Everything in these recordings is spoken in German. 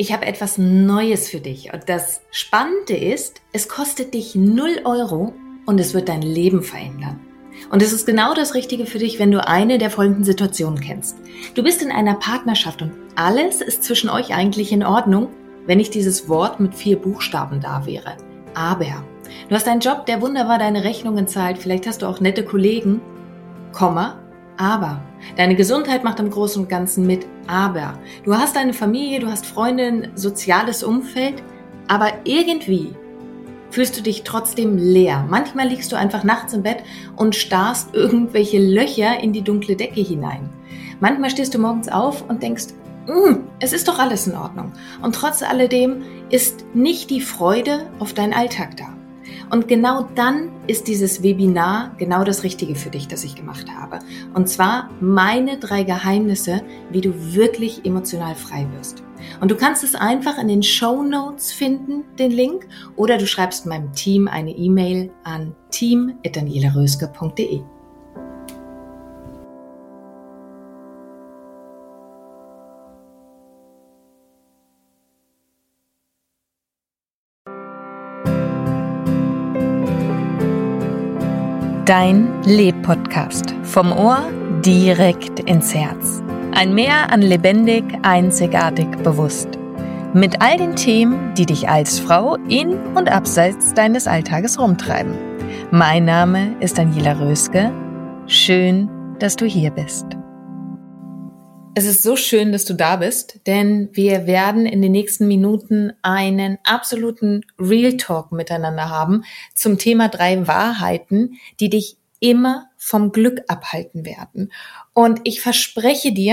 Ich habe etwas Neues für dich. Und das Spannende ist, es kostet dich 0 Euro und es wird dein Leben verändern. Und es ist genau das Richtige für dich, wenn du eine der folgenden Situationen kennst. Du bist in einer Partnerschaft und alles ist zwischen euch eigentlich in Ordnung, wenn nicht dieses Wort mit 4 Buchstaben da wäre. Aber du hast einen Job, der wunderbar deine Rechnungen zahlt. Vielleicht hast du auch nette Kollegen, aber deine Gesundheit macht im Großen und Ganzen mit, aber du hast eine Familie, du hast Freunde, ein soziales Umfeld, aber irgendwie fühlst du dich trotzdem leer. Manchmal liegst du einfach nachts im Bett und starrst irgendwelche Löcher in die dunkle Decke hinein. Manchmal stehst du morgens auf und denkst, es ist doch alles in Ordnung. Und trotz alledem ist nicht die Freude auf deinen Alltag da. Und genau dann ist dieses Webinar genau das Richtige für dich, das ich gemacht habe. Und zwar meine 3 Geheimnisse, wie du wirklich emotional frei wirst. Und du kannst es einfach in den Shownotes finden, den Link, oder du schreibst meinem Team eine E-Mail an team@danielaRöske.de. Dein Leb-Podcast. Vom Ohr direkt ins Herz. Ein Meer an lebendig, einzigartig, bewusst. Mit all den Themen, die dich als Frau in und abseits deines Alltages rumtreiben. Mein Name ist Daniela Röske. Schön, dass du hier bist. Es ist so schön, dass du da bist, denn wir werden in den nächsten Minuten einen absoluten Real Talk miteinander haben zum Thema 3 Wahrheiten, die dich immer vom Glück abhalten werden. Und ich verspreche ich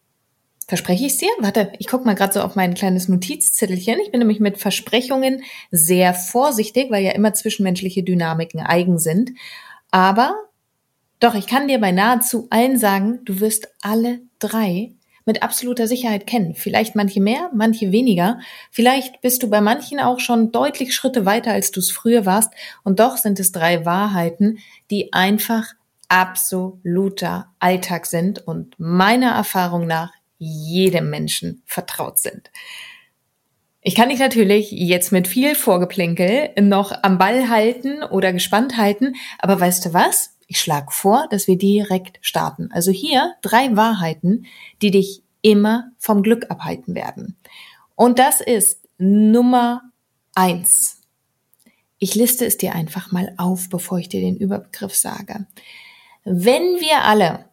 es dir? Warte, ich gucke mal gerade so auf mein kleines Notizzettelchen. Ich bin nämlich mit Versprechungen sehr vorsichtig, weil ja immer zwischenmenschliche Dynamiken eigen sind. Aber doch, ich kann dir bei nahezu allen sagen, du wirst alle 3 mit absoluter Sicherheit kennen. Vielleicht manche mehr, manche weniger. Vielleicht bist du bei manchen auch schon deutlich Schritte weiter, als du es früher warst. Und doch sind es 3 Wahrheiten, die einfach absoluter Alltag sind und meiner Erfahrung nach jedem Menschen vertraut sind. Ich kann dich natürlich jetzt mit viel Vorgeplänkel noch am Ball halten oder gespannt halten, aber weißt du was? Ich schlage vor, dass wir direkt starten. Also hier 3 Wahrheiten, die dich immer vom Glück abhalten werden. Und das ist Nummer 1. Ich liste es dir einfach mal auf, bevor ich dir den Überbegriff sage. Wenn wir alle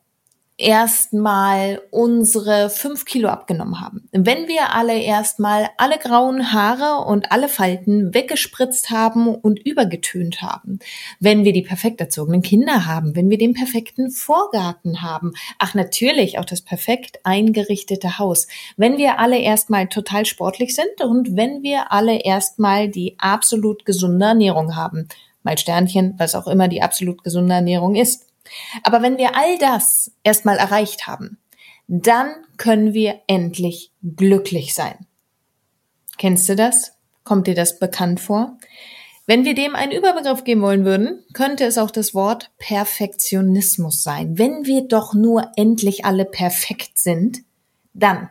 erstmal unsere 5 Kilo abgenommen haben, wenn wir alle erstmal alle grauen Haare und alle Falten weggespritzt haben und übergetönt haben, wenn wir die perfekt erzogenen Kinder haben, wenn wir den perfekten Vorgarten haben, ach natürlich auch das perfekt eingerichtete Haus, wenn wir alle erstmal total sportlich sind und wenn wir alle erstmal die absolut gesunde Ernährung haben, mal Sternchen, was auch immer die absolut gesunde Ernährung ist. Aber wenn wir all das erstmal erreicht haben, dann können wir endlich glücklich sein. Kennst du das? Kommt dir das bekannt vor? Wenn wir dem einen Überbegriff geben wollen würden, könnte es auch das Wort Perfektionismus sein. Wenn wir doch nur endlich alle perfekt sind, dann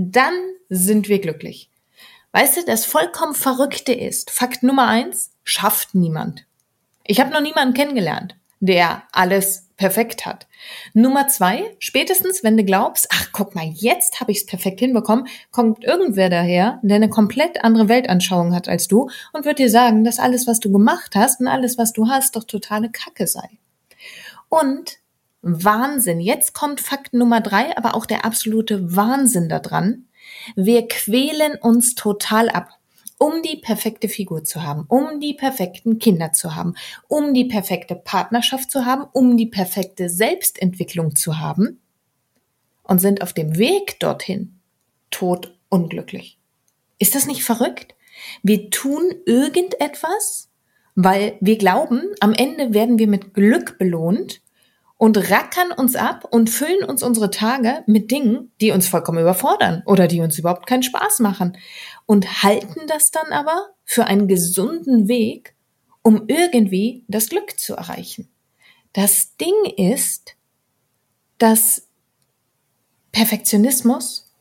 sind wir glücklich. Weißt du, das vollkommen Verrückte ist, Fakt Nummer 1, schafft niemand. Ich habe noch niemanden kennengelernt, der alles perfekt hat. Nummer 2, spätestens wenn du glaubst, ach guck mal, jetzt habe ich es perfekt hinbekommen, kommt irgendwer daher, der eine komplett andere Weltanschauung hat als du und wird dir sagen, dass alles, was du gemacht hast und alles, was du hast, doch totale Kacke sei. Und Wahnsinn, jetzt kommt Fakt Nummer 3, aber auch der absolute Wahnsinn da dran. Wir quälen uns total ab, um die perfekte Figur zu haben, um die perfekten Kinder zu haben, um die perfekte Partnerschaft zu haben, um die perfekte Selbstentwicklung zu haben und sind auf dem Weg dorthin todunglücklich. Ist das nicht verrückt? Wir tun irgendetwas, weil wir glauben, am Ende werden wir mit Glück belohnt und rackern uns ab und füllen uns unsere Tage mit Dingen, die uns vollkommen überfordern oder die uns überhaupt keinen Spaß machen und halten das dann aber für einen gesunden Weg, um irgendwie das Glück zu erreichen. Das Ding ist, dass Perfektionismus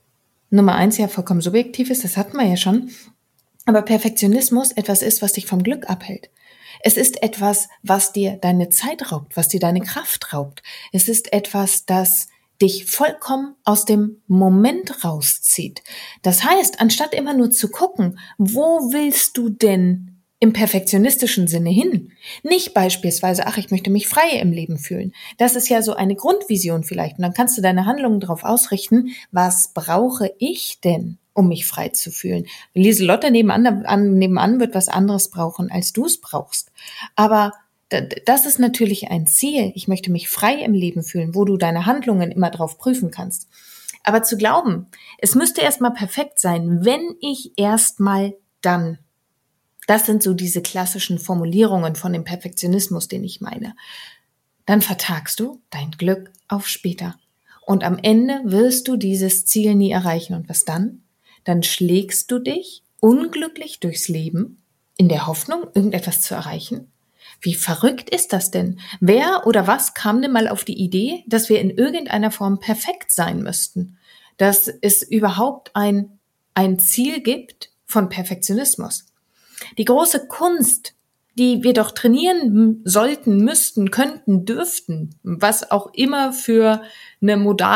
Nummer 1 ja vollkommen subjektiv ist, das hatten wir ja schon. Aber Perfektionismus etwas ist, was dich vom Glück abhält. Es ist etwas, was dir deine Zeit raubt, was dir deine Kraft raubt. Es ist etwas, das dich vollkommen aus dem Moment rauszieht. Das heißt, anstatt immer nur zu gucken, wo willst du denn im perfektionistischen Sinne hin? Nicht beispielsweise, ach, ich möchte mich frei im Leben fühlen. Das ist ja so eine Grundvision vielleicht. Und dann kannst du deine Handlungen darauf ausrichten, was brauche ich denn, um mich frei zu fühlen? Lieselotte nebenan wird was anderes brauchen, als du es brauchst. Aber das ist natürlich ein Ziel. Ich möchte mich frei im Leben fühlen, wo du deine Handlungen immer drauf prüfen kannst. Aber zu glauben, es müsste erstmal perfekt sein, wenn ich erstmal dann. Das sind so diese klassischen Formulierungen von dem Perfektionismus, den ich meine. Dann vertagst du dein Glück auf später. Und am Ende wirst du dieses Ziel nie erreichen. Und was dann? Dann schlägst du dich unglücklich durchs Leben in der Hoffnung, irgendetwas zu erreichen. Wie verrückt ist das denn? Wer oder was kam denn mal auf die Idee, dass wir in irgendeiner Form perfekt sein müssten? Dass es überhaupt ein Ziel gibt von Perfektionismus. Die große Kunst, die wir doch trainieren sollten, müssten, könnten, dürften, was auch immer für eine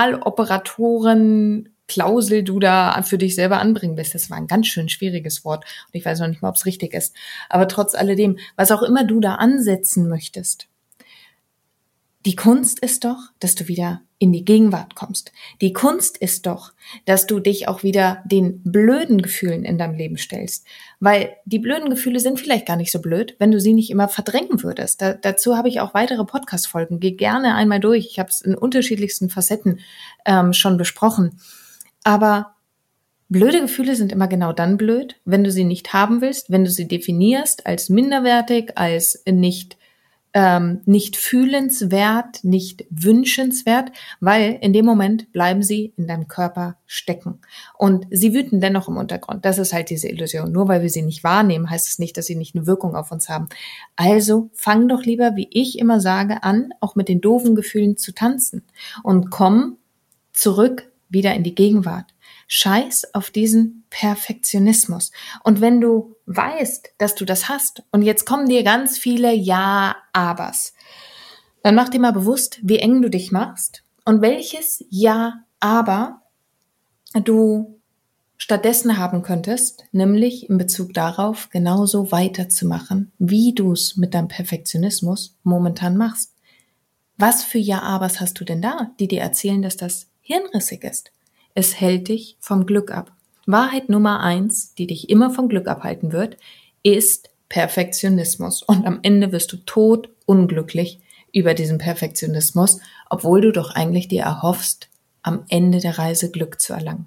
Modaloperatoren-Klausel du da für dich selber anbringen willst. Das war ein ganz schön schwieriges Wort und ich weiß noch nicht mal, ob es richtig ist. Aber trotz alledem, was auch immer du da ansetzen möchtest, die Kunst ist doch, dass du wieder in die Gegenwart kommst. Die Kunst ist doch, dass du dich auch wieder den blöden Gefühlen in deinem Leben stellst. Weil die blöden Gefühle sind vielleicht gar nicht so blöd, wenn du sie nicht immer verdrängen würdest. Dazu habe ich auch weitere Podcast-Folgen. Geh gerne einmal durch. Ich habe es in unterschiedlichsten Facetten schon besprochen. Aber blöde Gefühle sind immer genau dann blöd, wenn du sie nicht haben willst, wenn du sie definierst als minderwertig, als nicht fühlenswert, nicht wünschenswert, weil in dem Moment bleiben sie in deinem Körper stecken. Und sie wüten dennoch im Untergrund. Das ist halt diese Illusion. Nur weil wir sie nicht wahrnehmen, heißt es nicht, dass sie nicht eine Wirkung auf uns haben. Also fang doch lieber, wie ich immer sage, an, auch mit den doofen Gefühlen zu tanzen und komm zurück wieder in die Gegenwart. Scheiß auf diesen Perfektionismus. Und wenn du weißt, dass du das hast und jetzt kommen dir ganz viele Ja-Abers, dann mach dir mal bewusst, wie eng du dich machst und welches Ja-Aber du stattdessen haben könntest, nämlich in Bezug darauf, genauso weiterzumachen, wie du es mit deinem Perfektionismus momentan machst. Was für Ja-Abers hast du denn da, die dir erzählen, dass das hirnrissig ist? Es hält dich vom Glück ab. Wahrheit Nummer 1, die dich immer vom Glück abhalten wird, ist Perfektionismus. Und am Ende wirst du todunglücklich über diesen Perfektionismus, obwohl du doch eigentlich dir erhoffst, am Ende der Reise Glück zu erlangen.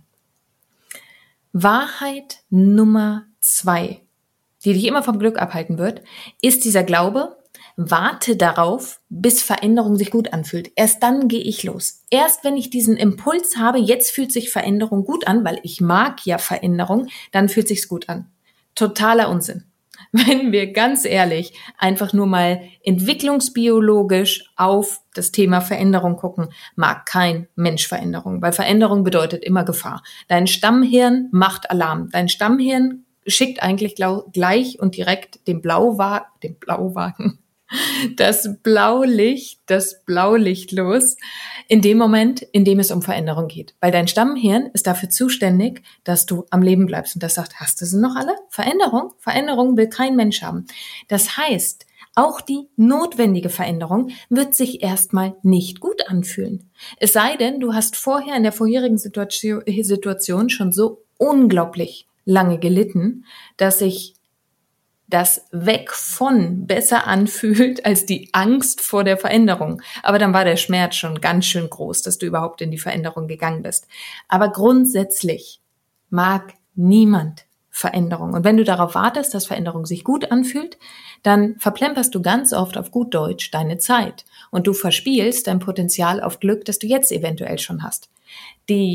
Wahrheit Nummer 2, die dich immer vom Glück abhalten wird, ist dieser Glaube, warte darauf, bis Veränderung sich gut anfühlt. Erst dann gehe ich los. Erst wenn ich diesen Impuls habe, jetzt fühlt sich Veränderung gut an, weil ich mag ja Veränderung, dann fühlt sich's gut an. Totaler Unsinn. Wenn wir ganz ehrlich einfach nur mal entwicklungsbiologisch auf das Thema Veränderung gucken, mag kein Mensch Veränderung, weil Veränderung bedeutet immer Gefahr. Dein Stammhirn macht Alarm. Dein Stammhirn schickt eigentlich gleich und direkt den Blauwagen, das Blaulicht los, in dem Moment, in dem es um Veränderung geht. Weil dein Stammhirn ist dafür zuständig, dass du am Leben bleibst. Und das sagt, hast du sie noch alle? Veränderung will kein Mensch haben. Das heißt, auch die notwendige Veränderung wird sich erstmal nicht gut anfühlen. Es sei denn, du hast vorher in der vorherigen Situation schon so unglaublich lange gelitten, dass sich das Weg von besser anfühlt als die Angst vor der Veränderung. Aber dann war der Schmerz schon ganz schön groß, dass du überhaupt in die Veränderung gegangen bist. Aber grundsätzlich mag niemand Veränderung. Und wenn du darauf wartest, dass Veränderung sich gut anfühlt, dann verplemperst du ganz oft auf gut Deutsch deine Zeit. Und du verspielst dein Potenzial auf Glück, das du jetzt eventuell schon hast. Die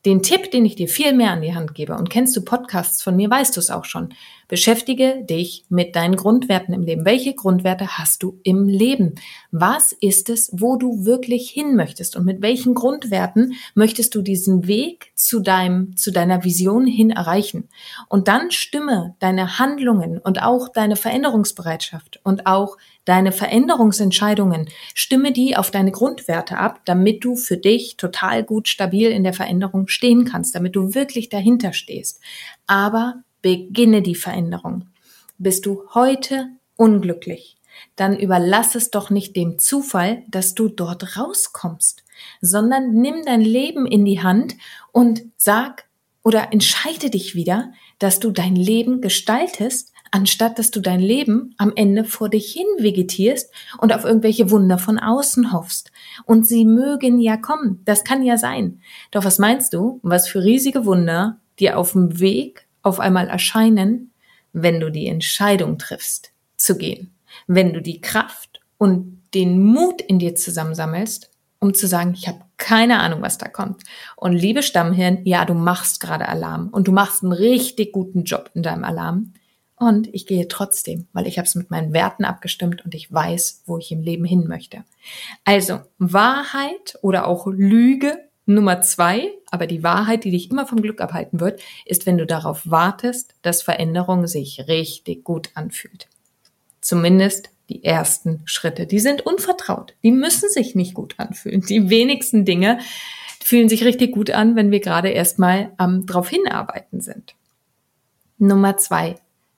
Den Tipp, den ich dir viel mehr an die Hand gebe, und kennst du Podcasts von mir, weißt du es auch schon. Beschäftige dich mit deinen Grundwerten im Leben. Welche Grundwerte hast du im Leben? Was ist es, wo du wirklich hin möchtest? Und mit welchen Grundwerten möchtest du diesen Weg zu deiner Vision hin erreichen? Und dann stimme deine Handlungen und auch deine Veränderungsbereitschaft und auch deine Veränderungsentscheidungen, stimme die auf deine Grundwerte ab, damit du für dich total gut stabil in der Veränderung stehen kannst, damit du wirklich dahinter stehst. Aber beginne die Veränderung. Bist du heute unglücklich, dann überlass es doch nicht dem Zufall, dass du dort rauskommst, sondern nimm dein Leben in die Hand und sag oder entscheide dich wieder, dass du dein Leben gestaltest, anstatt dass du dein Leben am Ende vor dich hin vegetierst und auf irgendwelche Wunder von außen hoffst. Und sie mögen ja kommen, das kann ja sein. Doch was meinst du, was für riesige Wunder dir auf dem Weg auf einmal erscheinen, wenn du die Entscheidung triffst, zu gehen? Wenn du die Kraft und den Mut in dir zusammensammelst, um zu sagen, ich habe keine Ahnung, was da kommt. Und liebe Stammhirn, ja, du machst gerade Alarm und du machst einen richtig guten Job in deinem Alarm. Und ich gehe trotzdem, weil ich habe es mit meinen Werten abgestimmt und ich weiß, wo ich im Leben hin möchte. Also Wahrheit oder auch Lüge Nummer 2, aber die Wahrheit, die dich immer vom Glück abhalten wird, ist, wenn du darauf wartest, dass Veränderung sich richtig gut anfühlt. Zumindest die ersten Schritte. Die sind unvertraut. Die müssen sich nicht gut anfühlen. Die wenigsten Dinge fühlen sich richtig gut an, wenn wir gerade erstmal drauf hinarbeiten sind. Nummer 2.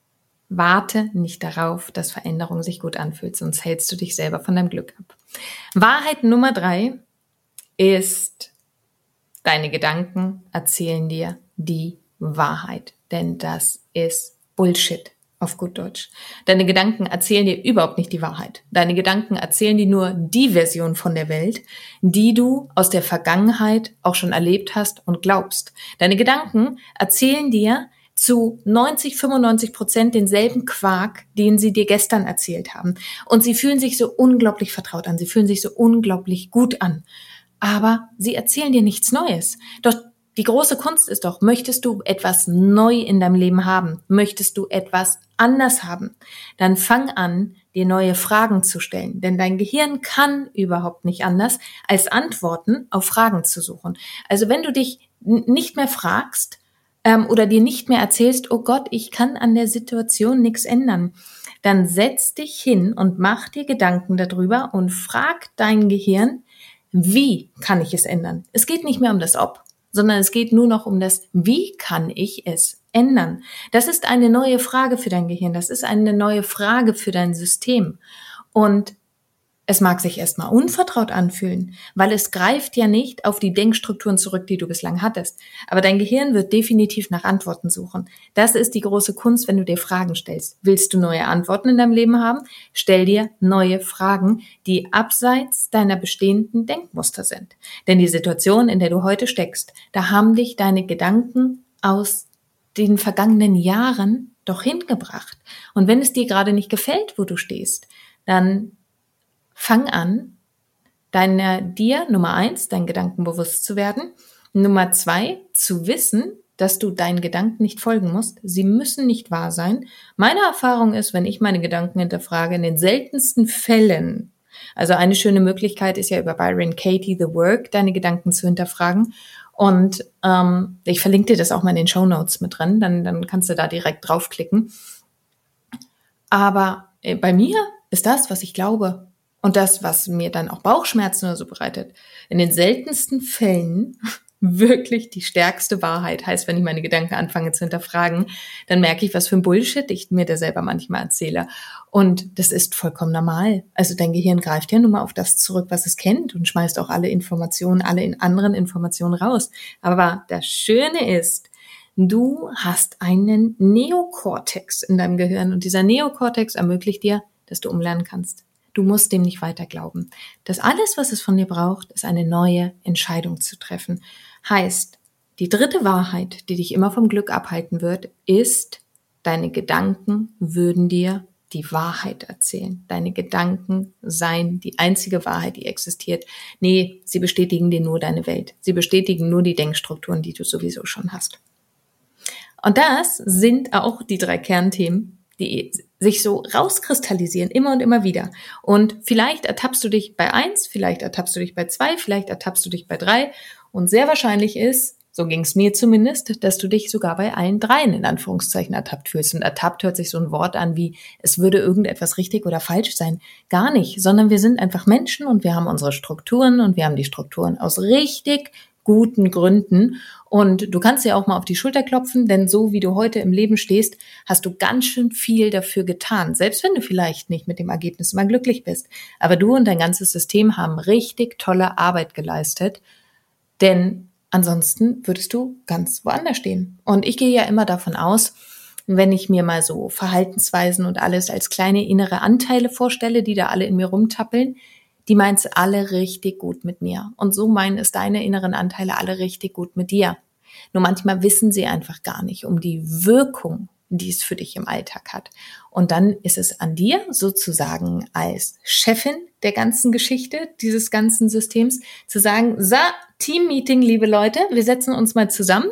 Warte nicht darauf, dass Veränderung sich gut anfühlt, sonst hältst du dich selber von deinem Glück ab. Wahrheit Nummer 3 ist, deine Gedanken erzählen dir die Wahrheit, denn das ist Bullshit auf gut Deutsch. Deine Gedanken erzählen dir überhaupt nicht die Wahrheit. Deine Gedanken erzählen dir nur die Version von der Welt, die du aus der Vergangenheit auch schon erlebt hast und glaubst. Deine Gedanken erzählen dir zu 95% denselben Quark, den sie dir gestern erzählt haben. Und sie fühlen sich so unglaublich vertraut an, sie fühlen sich so unglaublich gut an. Aber sie erzählen dir nichts Neues. Doch die große Kunst ist doch, möchtest du etwas neu in deinem Leben haben? Möchtest du etwas anders haben? Dann fang an, dir neue Fragen zu stellen. Denn dein Gehirn kann überhaupt nicht anders, als Antworten auf Fragen zu suchen. Also wenn du dich nicht mehr fragst, oder dir nicht mehr erzählst, oh Gott, ich kann an der Situation nichts ändern, dann setz dich hin und mach dir Gedanken darüber und frag dein Gehirn, wie kann ich es ändern? Es geht nicht mehr um das Ob, sondern es geht nur noch um das, wie kann ich es ändern? Das ist eine neue Frage für dein Gehirn, das ist eine neue Frage für dein System. Und es mag sich erstmal unvertraut anfühlen, weil es greift ja nicht auf die Denkstrukturen zurück, die du bislang hattest. Aber dein Gehirn wird definitiv nach Antworten suchen. Das ist die große Kunst, wenn du dir Fragen stellst. Willst du neue Antworten in deinem Leben haben? Stell dir neue Fragen, die abseits deiner bestehenden Denkmuster sind. Denn die Situation, in der du heute steckst, da haben dich deine Gedanken aus den vergangenen Jahren doch hingebracht. Und wenn es dir gerade nicht gefällt, wo du stehst, dann fang an, dir Nummer 1, deinen Gedanken bewusst zu werden. Nummer 2, zu wissen, dass du deinen Gedanken nicht folgen musst. Sie müssen nicht wahr sein. Meine Erfahrung ist, wenn ich meine Gedanken hinterfrage, in den seltensten Fällen, also eine schöne Möglichkeit ist ja über Byron Katie The Work, deine Gedanken zu hinterfragen. Und ich verlinke dir das auch mal in den Shownotes mit drin, dann kannst du da direkt draufklicken. Aber bei mir ist das, was ich glaube, und das, was mir dann auch Bauchschmerzen oder so bereitet, in den seltensten Fällen wirklich die stärkste Wahrheit. Heißt, wenn ich meine Gedanken anfange zu hinterfragen, dann merke ich, was für ein Bullshit ich mir da selber manchmal erzähle. Und das ist vollkommen normal. Also dein Gehirn greift ja nun mal auf das zurück, was es kennt und schmeißt auch alle anderen Informationen raus. Aber das Schöne ist, du hast einen Neokortex in deinem Gehirn und dieser Neokortex ermöglicht dir, dass du umlernen kannst. Du musst dem nicht weiter glauben. Das alles, was es von dir braucht, ist eine neue Entscheidung zu treffen. Heißt, die dritte Wahrheit, die dich immer vom Glück abhalten wird, ist, deine Gedanken würden dir die Wahrheit erzählen. Deine Gedanken seien die einzige Wahrheit, die existiert. Nee, sie bestätigen dir nur deine Welt. Sie bestätigen nur die Denkstrukturen, die du sowieso schon hast. Und das sind auch die 3 Kernthemen, die sich so rauskristallisieren, immer und immer wieder. Und vielleicht ertappst du dich bei 1, vielleicht ertappst du dich bei 2, vielleicht ertappst du dich bei 3. Und sehr wahrscheinlich ist, so ging es mir zumindest, dass du dich sogar bei allen 3 in Anführungszeichen ertappt fühlst. Und ertappt hört sich so ein Wort an wie, es würde irgendetwas richtig oder falsch sein. Gar nicht, sondern wir sind einfach Menschen und wir haben unsere Strukturen und wir haben die Strukturen aus richtig guten Gründen. Und du kannst dir auch mal auf die Schulter klopfen, denn so wie du heute im Leben stehst, hast du ganz schön viel dafür getan. Selbst wenn du vielleicht nicht mit dem Ergebnis immer glücklich bist. Aber du und dein ganzes System haben richtig tolle Arbeit geleistet, denn ansonsten würdest du ganz woanders stehen. Und ich gehe ja immer davon aus, wenn ich mir mal so Verhaltensweisen und alles als kleine innere Anteile vorstelle, die da alle in mir rumtappeln, die meinen es alle richtig gut mit mir. Und so meinen es deine inneren Anteile alle richtig gut mit dir. Nur manchmal wissen sie einfach gar nicht um die Wirkung, die es für dich im Alltag hat. Und dann ist es an dir sozusagen als Chefin der ganzen Geschichte, dieses ganzen Systems, zu sagen, so, Teammeeting, liebe Leute, wir setzen uns mal zusammen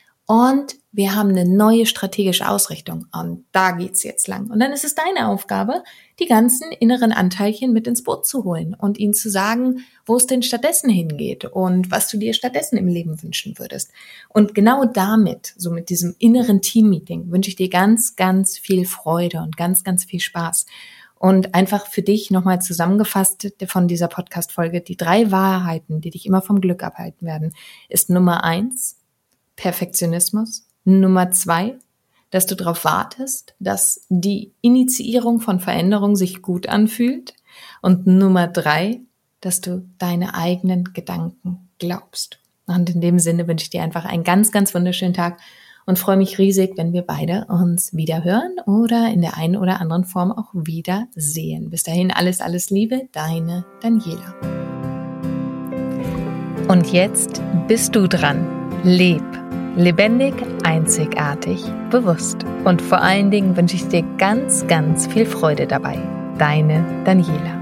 und wir haben eine neue strategische Ausrichtung und da geht's jetzt lang. Und dann ist es deine Aufgabe, die ganzen inneren Anteilchen mit ins Boot zu holen und ihnen zu sagen, wo es denn stattdessen hingeht und was du dir stattdessen im Leben wünschen würdest. Und genau damit, so mit diesem inneren Teammeeting, wünsche ich dir ganz, ganz viel Freude und ganz, ganz viel Spaß. Und einfach für dich nochmal zusammengefasst von dieser Podcast-Folge, die 3 Wahrheiten, die dich immer vom Glück abhalten werden, ist Nummer 1, Perfektionismus. Nummer 2, dass du darauf wartest, dass die Initiierung von Veränderung sich gut anfühlt. Und Nummer 3, dass du deine eigenen Gedanken glaubst. Und in dem Sinne wünsche ich dir einfach einen ganz, ganz wunderschönen Tag und freue mich riesig, wenn wir beide uns wieder hören oder in der einen oder anderen Form auch wieder sehen. Bis dahin alles, alles Liebe, deine Daniela. Und jetzt bist du dran. Leb. Lebendig, einzigartig, bewusst. Und vor allen Dingen wünsche ich dir ganz, ganz viel Freude dabei. Deine Daniela.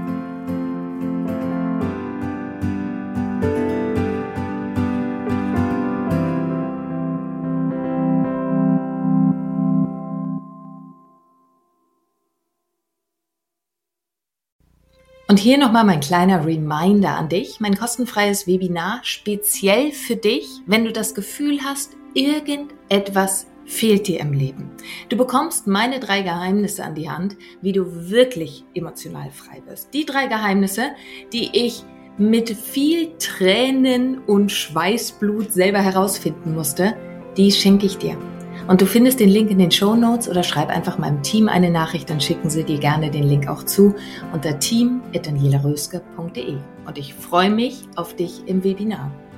Und hier nochmal mein kleiner Reminder an dich, mein kostenfreies Webinar speziell für dich, wenn du das Gefühl hast, irgendetwas fehlt dir im Leben. Du bekommst meine 3 Geheimnisse an die Hand, wie du wirklich emotional frei wirst. Die 3 Geheimnisse, die ich mit viel Tränen und Schweißblut selber herausfinden musste, die schenke ich dir. Und du findest den Link in den Shownotes oder schreib einfach meinem Team eine Nachricht, dann schicken sie dir gerne den Link auch zu unter team@danielaröske.de. Und ich freue mich auf dich im Webinar.